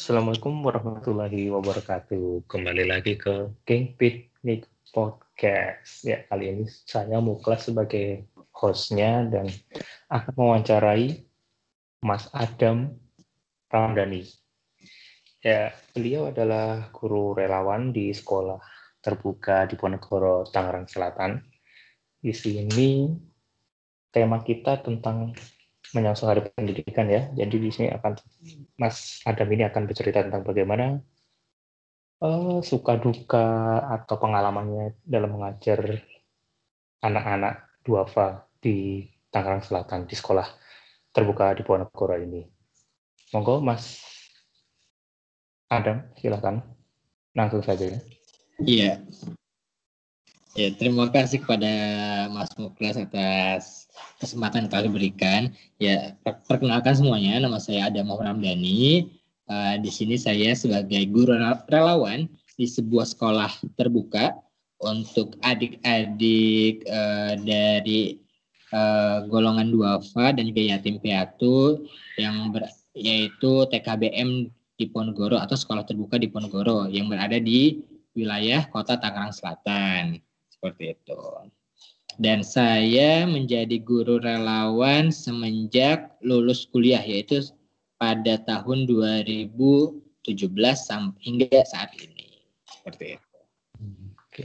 Assalamualaikum warahmatullahi wabarakatuh. Kembali lagi ke King Picnic Podcast. Ya, kali ini saya Muklas sebagai hostnya dan akan mewawancarai Mas Adam Ramdhani. Ya, beliau adalah guru relawan di sekolah terbuka di Ponorogo, Tangerang Selatan. Di sini tema kita tentang menyongsong Hari Pendidikan ya. Jadi di sini Mas Adam ini akan bercerita tentang bagaimana suka duka atau pengalamannya dalam mengajar anak-anak duafa di Tangerang Selatan di sekolah terbuka di Ponorogo ini. Monggo Mas Adam, silakan langsung saja ya. Iya, ya terima kasih kepada Mas Muklas atas kesempatan yang telah diberikan. Ya, perkenalkan semuanya, nama saya Adam Ramdhani. Di sini saya sebagai guru relawan di sebuah sekolah terbuka untuk adik-adik dari golongan duafa dan juga yatim piatu yaitu TKBM di Ponorogo atau sekolah terbuka di Ponorogo yang berada di wilayah kota Tangerang Selatan, seperti itu. Dan saya menjadi guru relawan semenjak lulus kuliah, yaitu pada tahun 2017 hingga saat ini, seperti itu. Oke.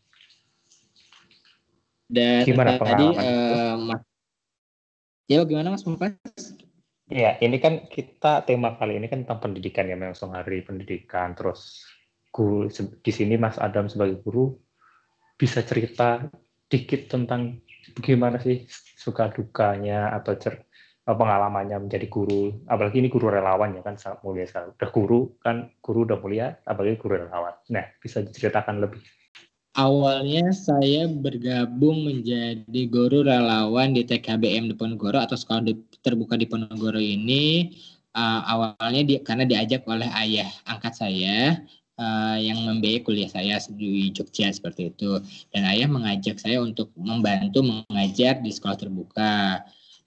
Dan Gimana tadi gimana Mas Mukas? Ya, ini kan tema kali ini kan tentang pendidikan ya, menyongsong Hari Pendidikan. Terus di sini Mas Adam sebagai guru bisa cerita dikit tentang bagaimana sih suka dukanya atau pengalamannya menjadi guru, apalagi ini guru relawan ya kan, sangat mulia sekali. Guru udah mulia, apalagi guru relawan. Nah, bisa diceritakan lebih. Awalnya saya bergabung menjadi guru relawan di TKBM di Ponorogo atau sekolah terbuka di Ponorogo ini. Awalnya karena diajak oleh ayah angkat saya yang membiayai kuliah saya di Jogja seperti itu. Dan ayah mengajak saya untuk membantu mengajar di sekolah terbuka.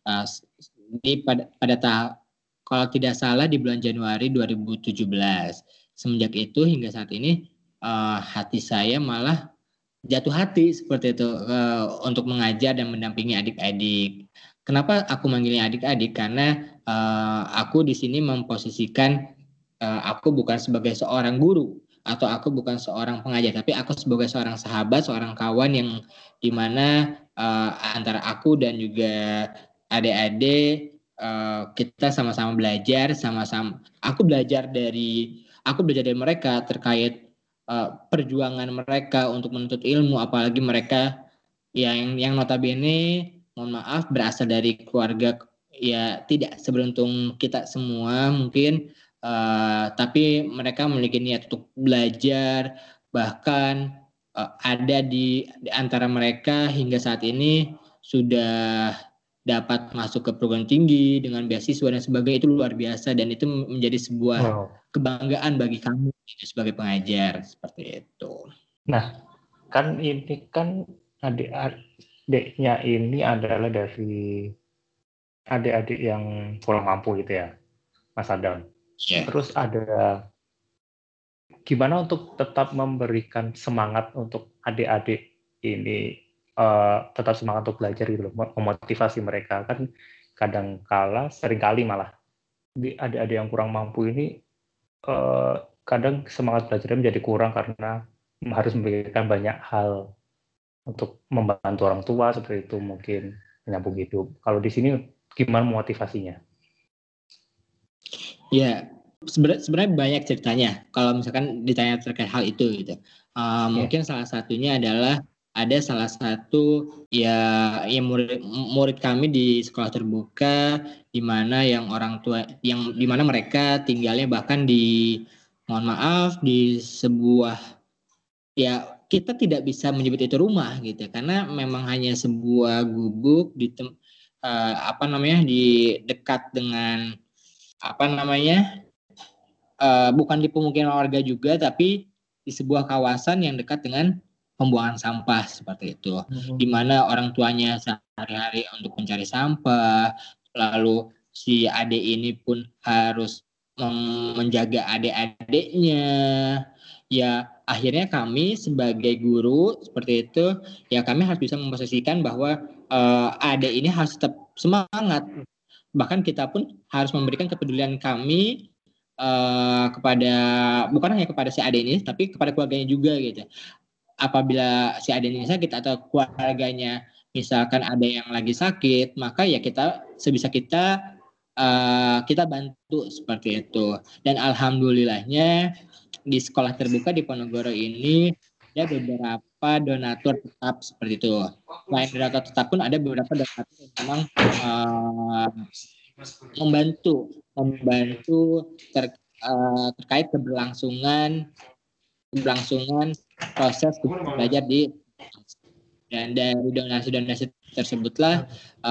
Kalau tidak salah di bulan Januari 2017. Semenjak itu hingga saat ini hati saya malah jatuh hati seperti itu untuk mengajar dan mendampingi adik-adik. Kenapa aku manggilnya adik-adik? Karena aku di sini memposisikan aku bukan sebagai seorang guru atau aku bukan seorang pengajar, tapi aku sebagai seorang sahabat, seorang kawan yang dimana antara aku dan juga adik-adik kita sama-sama belajar, sama-sama. Aku belajar dari mereka terkait perjuangan mereka untuk menuntut ilmu, apalagi mereka yang notabene mohon maaf berasal dari keluarga ya tidak seberuntung kita semua mungkin, tapi mereka memiliki niat untuk belajar, bahkan ada di antara mereka hingga saat ini sudah dapat masuk ke perguruan tinggi dengan beasiswa dan sebagainya. Itu luar biasa dan itu menjadi sebuah kebanggaan bagi kami sebagai pengajar, seperti itu. Nah, kan ini kan adik-adiknya ini adalah dari adik-adik yang kurang mampu gitu ya, Mas Adam. Yeah. Terus gimana untuk tetap memberikan semangat untuk adik-adik ini tetap semangat untuk belajar gitu loh, memotivasi mereka. Kan seringkali malah adik-adik yang kurang mampu ini kadang semangat belajarnya menjadi kurang karena harus memikirkan banyak hal untuk membantu orang tua seperti itu, mungkin menyambung hidup. Kalau di sini gimana motivasinya? Ya, sebenarnya banyak ceritanya kalau misalkan ditanya terkait hal itu gitu. Mungkin salah satunya adalah ada salah satu murid kami di sekolah terbuka di mana yang orang tua di mana mereka tinggalnya bahkan mohon maaf di sebuah, ya kita tidak bisa menyebut itu rumah gitu karena memang hanya sebuah gubuk di dekat dengan bukan di pemukiman warga juga, tapi di sebuah kawasan yang dekat dengan pembuangan sampah seperti itu, di mana orang tuanya sehari-hari untuk mencari sampah, lalu si adik ini pun harus menjaga adik-adiknya. Ya akhirnya kami sebagai guru seperti itu, ya kami harus bisa memposisikan bahwa adik ini harus tetap semangat. Bahkan kita pun harus memberikan kepedulian kami kepada, bukan hanya kepada si adik ini, tapi kepada keluarganya juga gitu. Apabila si adik ini sakit atau keluarganya misalkan ada yang lagi sakit, maka ya kita sebisa kita bantu seperti itu. Dan alhamdulillahnya di sekolah terbuka di Ponorogo ini ada beberapa donatur tetap seperti itu. Selain donatur tetap pun ada beberapa donatur yang memang membantu terkait keberlangsungan proses belajar di, dan dari donasi tersebutlah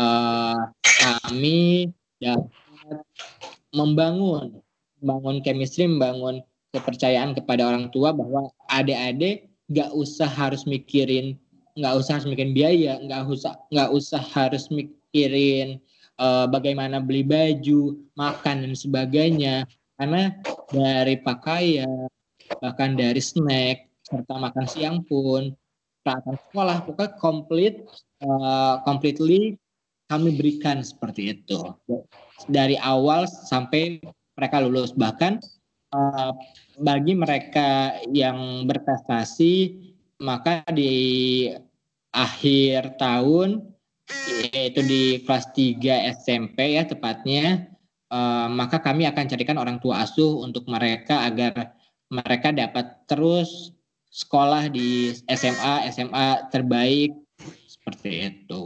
kami dapat membangun chemistry, membangun kepercayaan kepada orang tua bahwa adik-adik nggak usah harus mikirin biaya, nggak usah harus mikirin bagaimana beli baju, makan dan sebagainya, karena dari pakaian, bahkan dari snack serta makan siang pun peralatan sekolah pokoknya completely kami berikan seperti itu dari awal sampai mereka lulus. Bahkan bagi mereka yang berprestasi, maka di akhir tahun, yaitu di kelas 3 SMP ya tepatnya, maka kami akan carikan orang tua asuh untuk mereka agar mereka dapat terus sekolah di SMA terbaik seperti itu.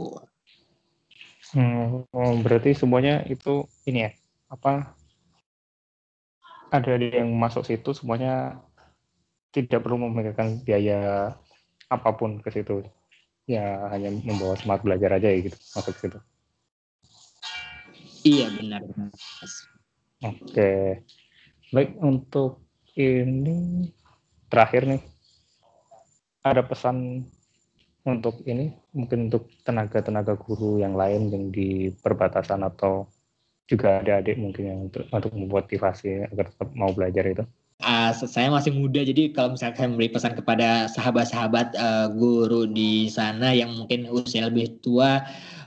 Berarti semuanya itu ini ya, ada yang masuk situ semuanya tidak perlu memikirkan biaya apapun ke situ, ya hanya membawa semangat belajar aja ya gitu masuk situ. Iya benar. Oke, baik, untuk ini terakhir nih, ada pesan untuk ini mungkin untuk tenaga guru yang lain yang di perbatasan atau juga adik-adik mungkin yang untuk memotivasi agar tetap mau belajar itu? Saya masih muda, jadi kalau misalkan saya memberi pesan kepada sahabat-sahabat guru di sana yang mungkin usia lebih tua,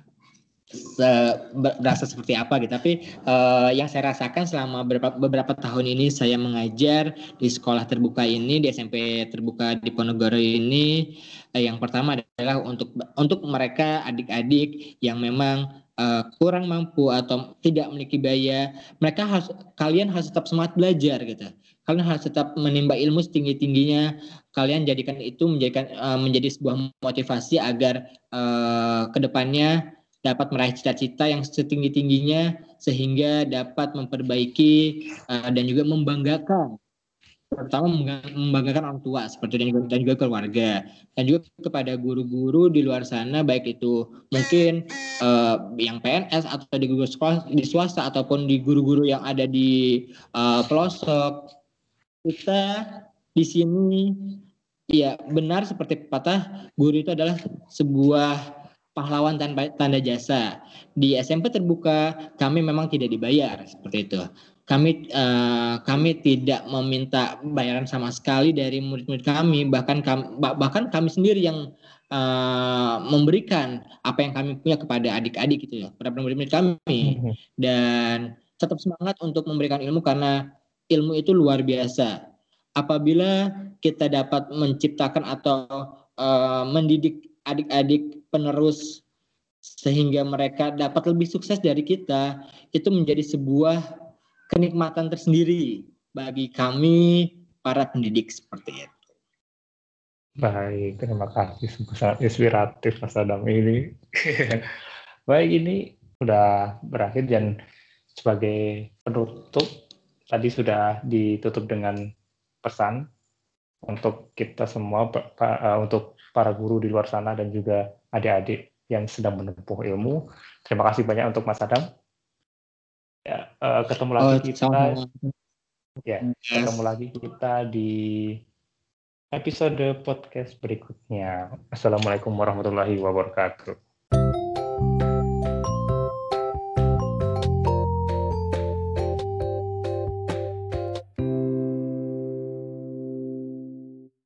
berasa seperti apa gitu. Tapi yang saya rasakan selama beberapa tahun ini saya mengajar di sekolah terbuka ini, di SMP terbuka di Ponorogo ini, yang pertama adalah untuk mereka adik-adik yang memang kurang mampu atau tidak memiliki biaya, kalian harus tetap semangat belajar gitu. Kalian harus tetap menimba ilmu setinggi-tingginya. Kalian jadikan itu menjadi sebuah motivasi agar kedepannya dapat meraih cita-cita yang setinggi-tingginya sehingga dapat memperbaiki dan juga membanggakan, terutama membanggakan orang tua seperti dan juga keluarga, dan juga kepada guru-guru di luar sana, baik itu mungkin yang PNS atau di guru sekolah di swasta ataupun di guru-guru yang ada di pelosok. Kita di sini ya benar seperti pepatah, guru itu adalah sebuah pahlawan tanpa tanda jasa. Di SMP terbuka kami memang tidak dibayar seperti itu. Kami tidak meminta bayaran sama sekali dari murid-murid kami, bahkan kami sendiri yang memberikan apa yang kami punya kepada adik-adik gitu ya, kepada murid-murid kami, dan tetap semangat untuk memberikan ilmu karena ilmu itu luar biasa. Apabila kita dapat menciptakan atau mendidik adik-adik penerus sehingga mereka dapat lebih sukses dari kita, itu menjadi sebuah kenikmatan tersendiri bagi kami para pendidik seperti itu. Baik, terima kasih, sangat inspiratif Mas Adam ini. Baik, ini sudah berakhir dan sebagai penutup tadi sudah ditutup dengan pesan untuk kita semua, untuk para guru di luar sana dan juga adik-adik yang sedang menempuh ilmu. Terima kasih banyak untuk Mas Adam. Ya, ketemu lagi kita di episode podcast berikutnya. Assalamualaikum warahmatullahi wabarakatuh.